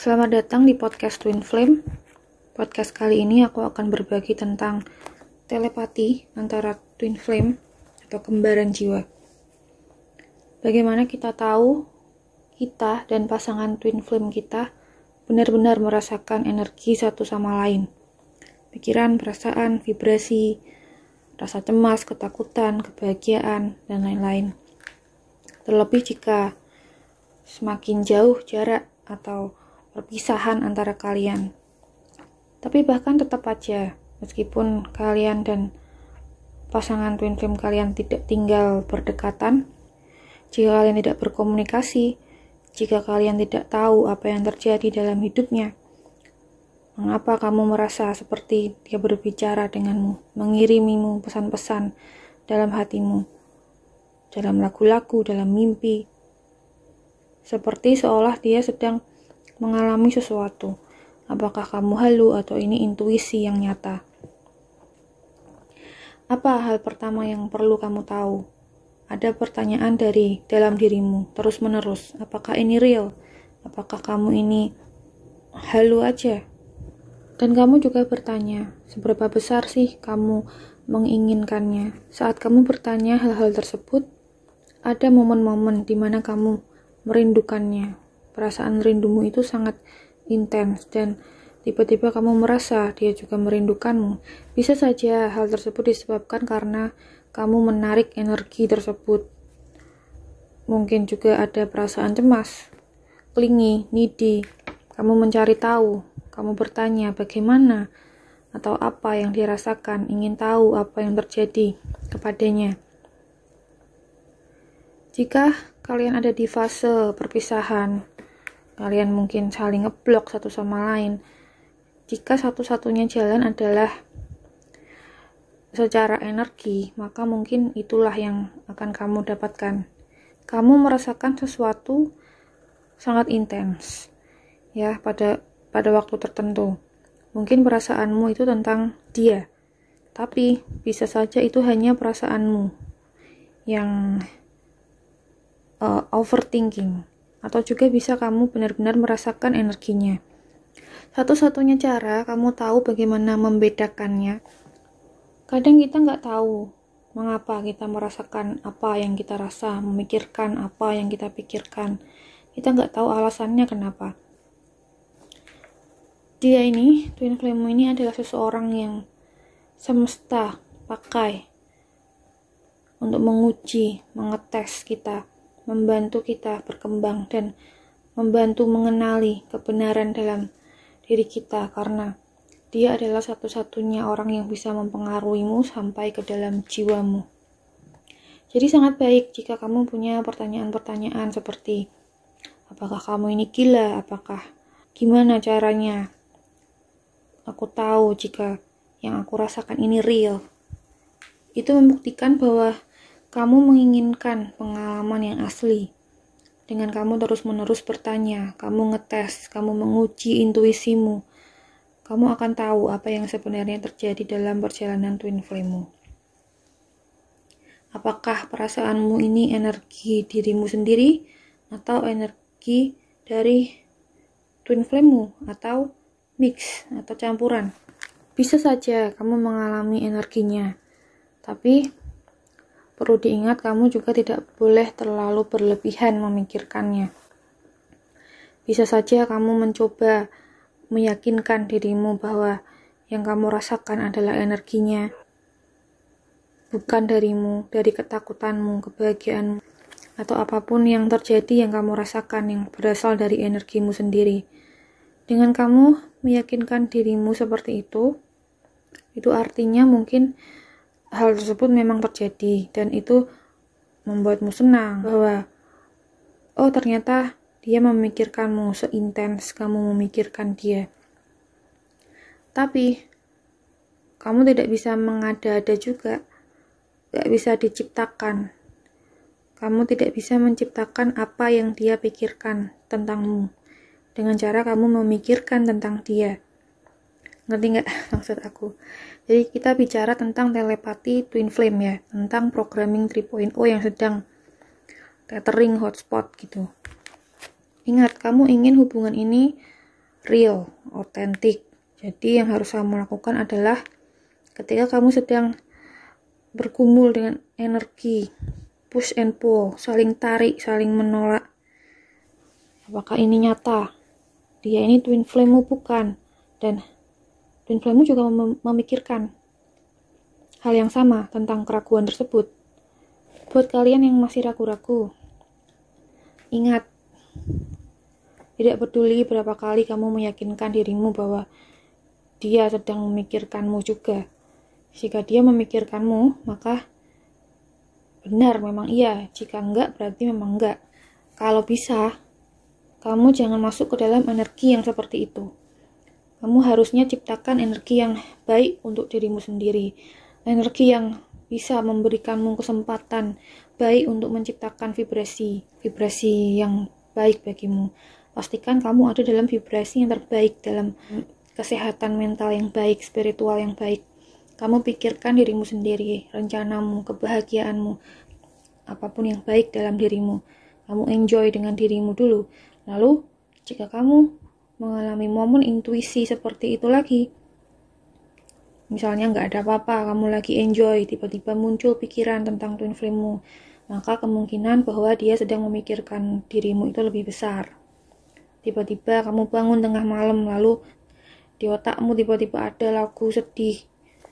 Selamat datang di podcast Twin Flame. Podcast kali ini aku akan berbagi tentang telepati antara Twin Flame atau kembaran jiwa. Bagaimana kita tahu kita dan pasangan Twin Flame kita benar-benar merasakan energi satu sama lain. Pikiran, perasaan, vibrasi, rasa cemas, ketakutan, kebahagiaan, dan lain-lain. Terlebih jika semakin jauh jarak atau perpisahan antara kalian. Tapi bahkan tetap aja, meskipun kalian dan pasangan Twin Flame kalian tidak tinggal berdekatan, jika kalian tidak berkomunikasi, jika kalian tidak tahu apa yang terjadi dalam hidupnya, mengapa kamu merasa seperti dia berbicara denganmu, mengirimimu pesan-pesan dalam hatimu, dalam lagu-lagu, dalam mimpi, seperti seolah dia sedang mengalami sesuatu. Apakah kamu halu atau ini intuisi yang nyata? Apa hal pertama yang perlu kamu tahu? Ada pertanyaan dari dalam dirimu terus-menerus. Apakah ini real? Apakah kamu ini halu aja? Dan kamu juga bertanya, seberapa besar sih kamu menginginkannya? Saat kamu bertanya hal-hal tersebut, ada momen-momen di mana kamu merindukannya. Perasaan rindumu itu sangat intens dan tiba-tiba kamu merasa dia juga merindukanmu. Bisa saja hal tersebut disebabkan karena kamu menarik energi tersebut. Mungkin juga ada perasaan cemas, clingy, needy. Kamu mencari tahu, kamu bertanya bagaimana atau apa yang dia rasakan, ingin tahu apa yang terjadi kepadanya. Jika kalian ada di fase perpisahan, kalian mungkin saling ngeblok satu sama lain. Jika satu-satunya jalan adalah secara energi, maka mungkin itulah yang akan kamu dapatkan. Kamu merasakan sesuatu sangat intens, ya, pada waktu tertentu. Mungkin perasaanmu itu tentang dia, tapi bisa saja itu hanya perasaanmu yang overthinking, atau juga bisa kamu benar-benar merasakan energinya. Satu-satunya cara kamu tahu bagaimana membedakannya. Kadang kita nggak tahu mengapa kita merasakan apa yang kita rasa, memikirkan apa yang kita pikirkan. Kita nggak tahu alasannya kenapa. Dia ini, Twin Flame ini adalah seseorang yang semesta pakai untuk menguji, mengetes kita, membantu kita berkembang dan membantu mengenali kebenaran dalam diri kita, karena dia adalah satu-satunya orang yang bisa mempengaruhimu sampai ke dalam jiwamu. Jadi sangat baik jika kamu punya pertanyaan-pertanyaan seperti apakah kamu ini gila, apakah gimana caranya aku tahu jika yang aku rasakan ini real. Itu membuktikan bahwa kamu menginginkan pengalaman yang asli. Dengan kamu terus-menerus bertanya, kamu ngetes, kamu menguji intuisimu, kamu akan tahu apa yang sebenarnya terjadi dalam perjalanan Twin Flame-mu. Apakah perasaanmu ini energi dirimu sendiri, atau energi dari Twin Flame-mu, atau mix, atau campuran? Bisa saja kamu mengalami energinya, tapi perlu diingat kamu juga tidak boleh terlalu berlebihan memikirkannya. Bisa saja kamu mencoba meyakinkan dirimu bahwa yang kamu rasakan adalah energinya, bukan darimu, dari ketakutanmu, kebahagiaanmu, atau apapun yang terjadi yang kamu rasakan yang berasal dari energimu sendiri. Dengan kamu meyakinkan dirimu seperti itu artinya mungkin hal tersebut memang terjadi dan itu membuatmu senang bahwa ternyata dia memikirkanmu seintens kamu memikirkan dia. Tapi kamu tidak bisa mengada-ada juga, gak bisa diciptakan. Kamu tidak bisa menciptakan apa yang dia pikirkan tentangmu dengan cara kamu memikirkan tentang dia. Ngerti gak maksud aku? Jadi kita bicara tentang telepati Twin Flame ya, tentang programming 3.0 yang sedang tethering hotspot gitu. Ingat, kamu ingin hubungan ini real, otentik. Jadi yang harus kamu lakukan adalah ketika kamu sedang bergumul dengan energi push and pull, saling tarik, saling menolak, apakah ini nyata? Dia ini twin flame-mu bukan? Dan twin flame-mu juga memikirkan hal yang sama tentang keraguan tersebut. Buat kalian yang masih ragu-ragu, ingat, tidak peduli berapa kali kamu meyakinkan dirimu bahwa dia sedang memikirkanmu juga. Jika dia memikirkanmu, maka benar memang iya. Jika enggak, berarti memang enggak. Kalau bisa, kamu jangan masuk ke dalam energi yang seperti itu. Kamu harusnya ciptakan energi yang baik untuk dirimu sendiri. Energi yang bisa memberikanmu kesempatan baik untuk menciptakan vibrasi yang baik bagimu. Pastikan kamu ada dalam vibrasi yang terbaik, dalam kesehatan mental yang baik, spiritual yang baik. Kamu pikirkan dirimu sendiri, rencanamu, kebahagiaanmu, apapun yang baik dalam dirimu. Kamu enjoy dengan dirimu dulu. Lalu, jika kamu mengalami momen intuisi seperti itu lagi, misalnya nggak ada apa-apa, kamu lagi enjoy, tiba-tiba muncul pikiran tentang twin flame-mu, maka kemungkinan bahwa dia sedang memikirkan dirimu itu lebih besar. Tiba-tiba kamu bangun tengah malam, lalu di otakmu tiba-tiba ada lagu sedih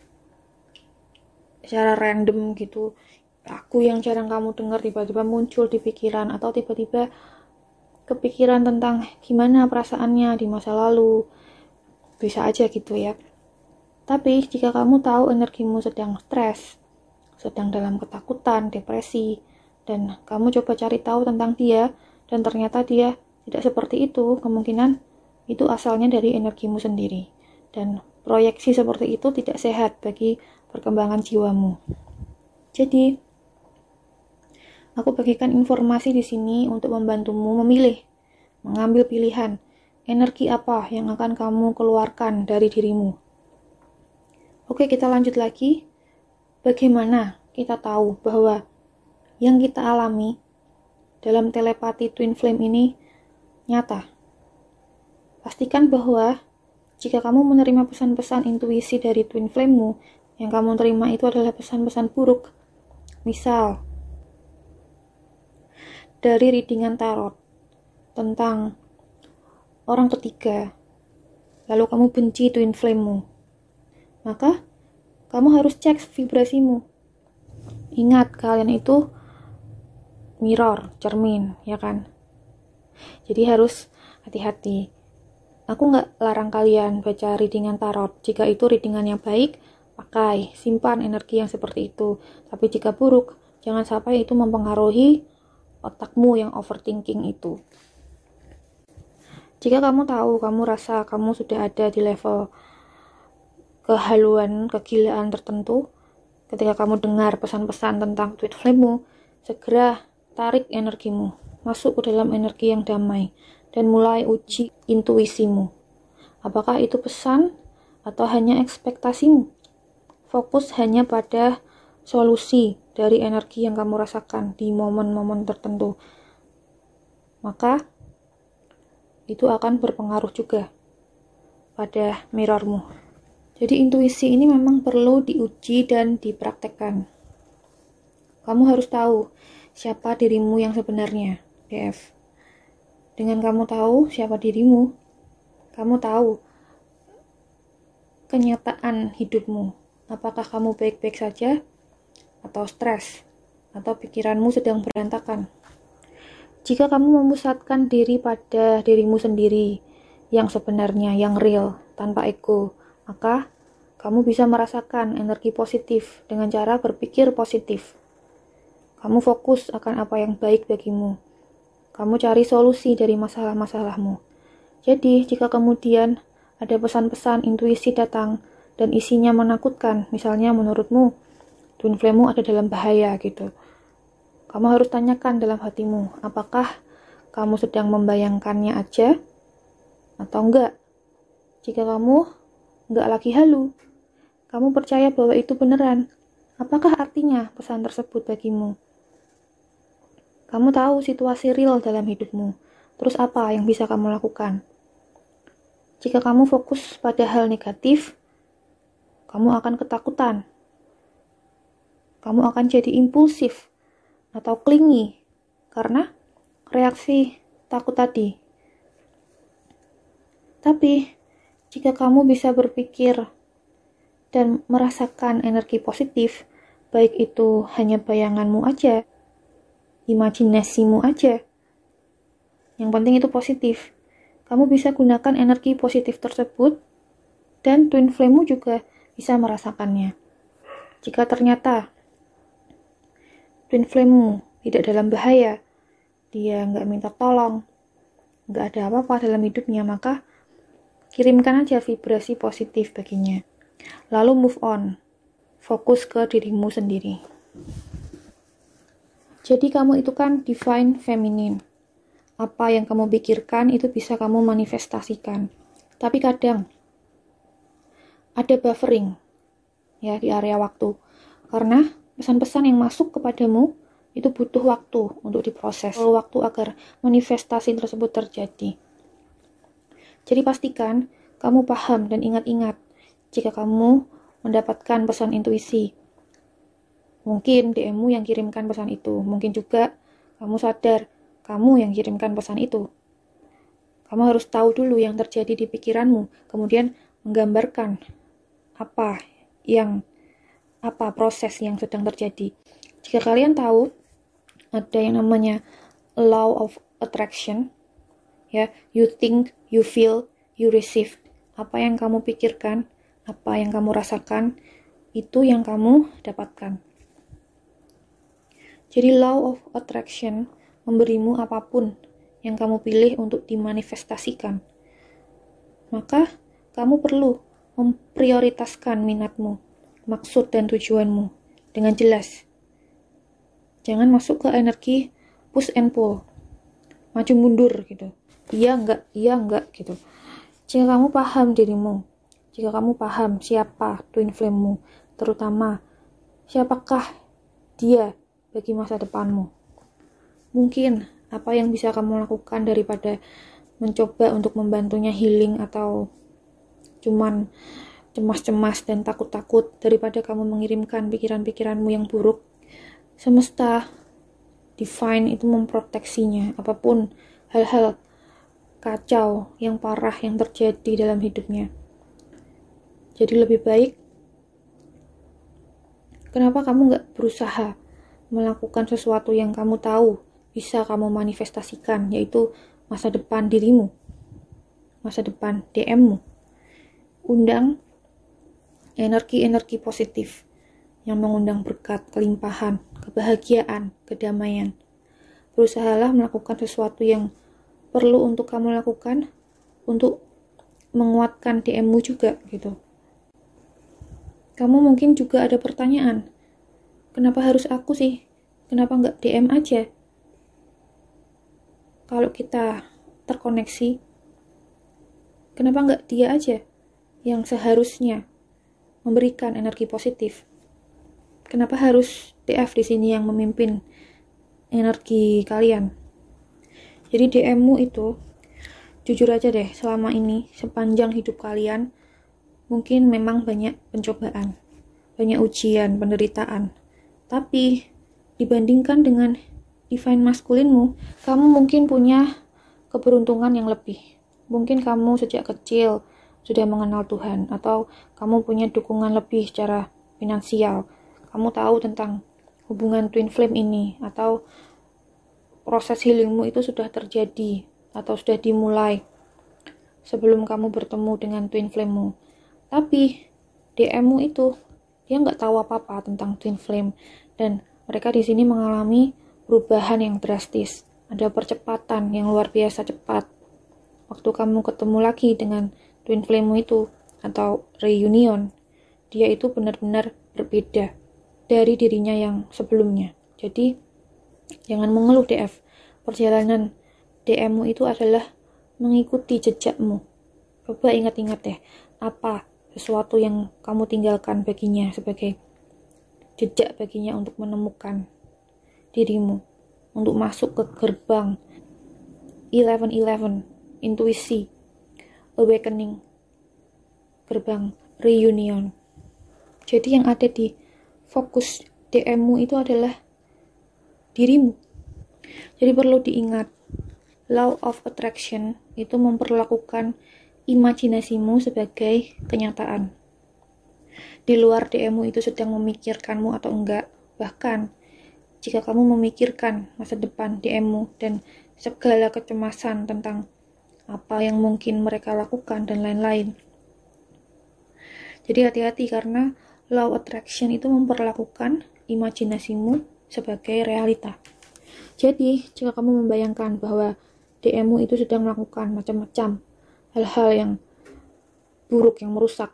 secara random gitu, lagu yang jarang kamu dengar tiba-tiba muncul di pikiran, atau tiba-tiba kepikiran tentang gimana perasaannya di masa lalu, bisa aja gitu ya. Tapi jika kamu tahu energimu sedang stres, sedang dalam ketakutan, depresi, dan kamu coba cari tahu tentang dia, dan ternyata dia tidak seperti itu, kemungkinan itu asalnya dari energimu sendiri. Dan proyeksi seperti itu tidak sehat bagi perkembangan jiwamu. Jadi, aku bagikan informasi di sini untuk membantumu memilih, mengambil pilihan, energi apa yang akan kamu keluarkan dari dirimu. Oke, kita lanjut lagi. Bagaimana kita tahu bahwa yang kita alami dalam telepati twin flame ini nyata? Pastikan bahwa jika kamu menerima pesan-pesan intuisi dari twin flame-mu, yang kamu terima itu adalah pesan-pesan buruk. Misal, dari readingan tarot tentang orang ketiga, lalu kamu benci twin flame-mu, maka kamu harus cek vibrasimu. Ingat, kalian itu mirror, cermin, ya kan? Jadi harus hati-hati. Aku nggak larang kalian baca readingan tarot. Jika itu readingan yang baik, pakai, simpan energi yang seperti itu. Tapi jika buruk, jangan sampai itu mempengaruhi otakmu yang overthinking itu. Jika kamu tahu, kamu rasa kamu sudah ada di level kehaluan, kegilaan tertentu, ketika kamu dengar pesan-pesan tentang twin flame-mu, segera tarik energimu, masuk ke dalam energi yang damai, dan mulai uji intuisimu. Apakah itu pesan atau hanya ekspektasimu? Fokus hanya pada solusi dari energi yang kamu rasakan di momen-momen tertentu. Maka itu akan berpengaruh juga pada mirrormu. Jadi intuisi ini memang perlu diuji dan dipraktekkan. Kamu harus tahu siapa dirimu yang sebenarnya, DF. Dengan kamu tahu siapa dirimu, kamu tahu kenyataan hidupmu. Apakah kamu baik-baik saja, atau stres, atau pikiranmu sedang berantakan. Jika kamu memusatkan diri pada dirimu sendiri, yang sebenarnya, yang real, tanpa ego, maka kamu bisa merasakan energi positif dengan cara berpikir positif. Kamu fokus akan apa yang baik bagimu. Kamu cari solusi dari masalah-masalahmu. Jadi, jika kemudian ada pesan-pesan intuisi datang dan isinya menakutkan, misalnya menurutmu twin flame-mu ada dalam bahaya gitu, kamu harus tanyakan dalam hatimu, apakah kamu sedang membayangkannya aja atau enggak. Jika kamu enggak lagi halu, kamu percaya bahwa itu beneran, apakah artinya pesan tersebut bagimu? Kamu tahu situasi real dalam hidupmu, terus apa yang bisa kamu lakukan? Jika kamu fokus pada hal negatif, kamu akan ketakutan. Kamu akan jadi impulsif atau clingy karena reaksi takut tadi. Tapi, jika kamu bisa berpikir dan merasakan energi positif, baik itu hanya bayanganmu aja, imajinasimu aja, yang penting itu positif. Kamu bisa gunakan energi positif tersebut dan twin flame-mu juga bisa merasakannya. Jika ternyata twin flame-mu tidak dalam bahaya, dia nggak minta tolong, nggak ada apa-apa dalam hidupnya, maka kirimkan aja vibrasi positif baginya. Lalu move on, fokus ke dirimu sendiri. Jadi kamu itu kan divine feminine. Apa yang kamu pikirkan itu bisa kamu manifestasikan. Tapi kadang ada buffering ya di area waktu. Karena pesan-pesan yang masuk kepadamu itu butuh waktu untuk diproses. Waktu agar manifestasi tersebut terjadi. Jadi pastikan kamu paham dan ingat-ingat jika kamu mendapatkan pesan intuisi. Mungkin DM-mu yang kirimkan pesan itu. Mungkin juga kamu sadar kamu yang kirimkan pesan itu. Kamu harus tahu dulu yang terjadi di pikiranmu, kemudian menggambarkan apa proses yang sedang terjadi. Jika kalian tahu ada yang namanya law of attraction, ya, you think, you feel, you receive. Apa yang kamu pikirkan, apa yang kamu rasakan, itu yang kamu dapatkan. Jadi law of attraction memberimu apapun yang kamu pilih untuk dimanifestasikan. Maka, kamu perlu memprioritaskan minatmu, maksud dan tujuanmu dengan jelas. Jangan masuk ke energi push and pull, maju mundur gitu. Iya enggak gitu. Jika kamu paham dirimu, jika kamu paham siapa twin flame-mu, terutama siapakah dia bagi masa depanmu, mungkin apa yang bisa kamu lakukan daripada mencoba untuk membantunya healing atau cuman cemas-cemas dan takut-takut, daripada kamu mengirimkan pikiran-pikiranmu yang buruk. Semesta divine itu memproteksinya, apapun hal-hal kacau yang parah yang terjadi dalam hidupnya. Jadi lebih baik, kenapa kamu gak berusaha melakukan sesuatu yang kamu tahu bisa kamu manifestasikan, yaitu masa depan dirimu, masa depan DM-mu. Undang energi-energi positif yang mengundang berkat, kelimpahan, kebahagiaan, kedamaian. Berusahalah melakukan sesuatu yang perlu untuk kamu lakukan untuk menguatkan DM-mu juga gitu. Kamu mungkin juga ada pertanyaan, kenapa harus aku sih? Kenapa nggak DM aja? Kalau kita terkoneksi, kenapa nggak dia aja yang seharusnya memberikan energi positif? Kenapa harus DF di sini yang memimpin energi kalian? Jadi DM-mu itu, jujur aja deh, selama ini, sepanjang hidup kalian, mungkin memang banyak pencobaan, banyak ujian, penderitaan. Tapi, dibandingkan dengan divine maskulinmu, kamu mungkin punya keberuntungan yang lebih. Mungkin kamu sejak kecil sudah mengenal Tuhan, atau kamu punya dukungan lebih secara finansial. Kamu tahu tentang hubungan twin flame ini, atau proses healingmu itu sudah terjadi, atau sudah dimulai sebelum kamu bertemu dengan twin flame-mu. Tapi DM-mu itu, dia nggak tahu apa-apa tentang twin flame, dan mereka di sini mengalami perubahan yang drastis. Ada percepatan yang luar biasa cepat. Waktu kamu ketemu lagi dengan twin flame-mu itu, atau reunion, dia itu benar-benar berbeda dari dirinya yang sebelumnya. Jadi, jangan mengeluh DF. Perjalanan DM-mu itu adalah mengikuti jejakmu. Coba ingat-ingat deh, apa sesuatu yang kamu tinggalkan baginya sebagai jejak baginya untuk menemukan dirimu, untuk masuk ke gerbang 1111, intuisi, awakening, gerbang reunion. Jadi yang ada di fokus DM-mu itu adalah dirimu. Jadi perlu diingat, law of attraction itu memperlakukan imajinasimu sebagai kenyataan. Di luar DM-mu itu sedang memikirkanmu atau enggak, bahkan jika kamu memikirkan masa depan DM-mu dan segala kecemasan tentang apa yang mungkin mereka lakukan dan lain-lain. Jadi hati-hati karena law attraction itu memperlakukan imajinasimu sebagai realita. Jadi jika kamu membayangkan bahwa DM-mu itu sedang melakukan macam-macam hal-hal yang buruk, yang merusak,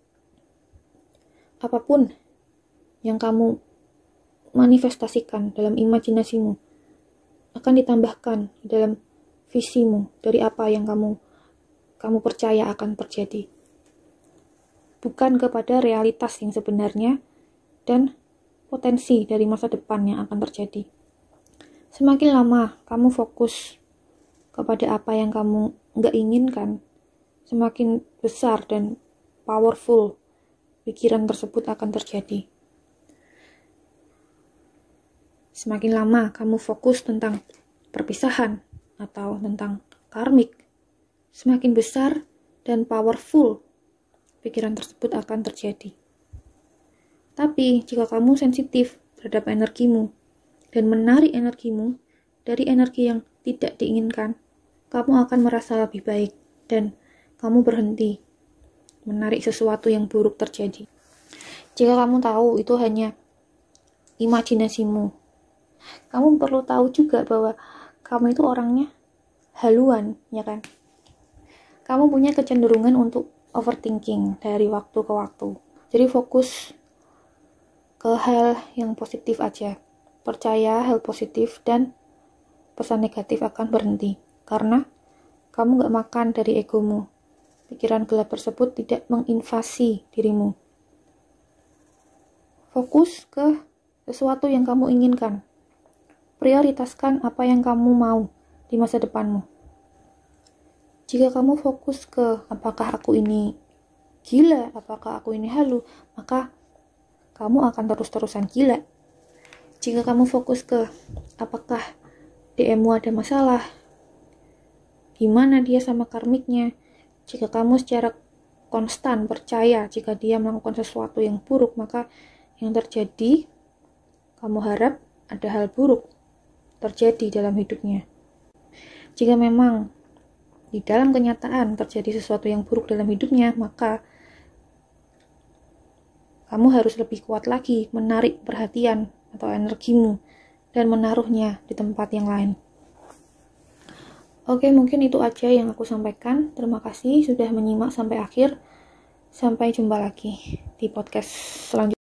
apapun yang kamu manifestasikan dalam imajinasimu akan ditambahkan dalam visimu dari apa yang kamu percaya akan terjadi, bukan kepada realitas yang sebenarnya dan potensi dari masa depan yang akan terjadi. Semakin lama kamu fokus kepada apa yang kamu nggak inginkan, semakin besar dan powerful pikiran tersebut akan terjadi. Semakin lama kamu fokus tentang perpisahan atau tentang karmik, semakin besar dan powerful pikiran tersebut akan terjadi. Tapi jika kamu sensitif terhadap energimu dan menarik energimu dari energi yang tidak diinginkan, kamu akan merasa lebih baik dan kamu berhenti menarik sesuatu yang buruk terjadi. Jika kamu tahu itu hanya imajinasimu, kamu perlu tahu juga bahwa kamu itu orangnya haluan, ya kan? Kamu punya kecenderungan untuk overthinking dari waktu ke waktu. Jadi fokus ke hal yang positif aja. Percaya hal positif dan pesan negatif akan berhenti. Karena kamu gak makan dari egomu. Pikiran gelap tersebut tidak menginvasi dirimu. Fokus ke sesuatu yang kamu inginkan. Prioritaskan apa yang kamu mau di masa depanmu. Jika kamu fokus ke apakah aku ini gila, apakah aku ini halu, maka kamu akan terus-terusan gila. Jika kamu fokus ke apakah DM-mu ada masalah, gimana dia sama karmiknya, jika kamu secara konstan percaya jika dia melakukan sesuatu yang buruk, maka yang terjadi, kamu harap ada hal buruk terjadi dalam hidupnya. Jika memang di dalam kenyataan terjadi sesuatu yang buruk dalam hidupnya, maka kamu harus lebih kuat lagi menarik perhatian atau energimu dan menaruhnya di tempat yang lain. Oke, mungkin itu aja yang aku sampaikan. Terima kasih sudah menyimak sampai akhir. Sampai jumpa lagi di podcast selanjutnya.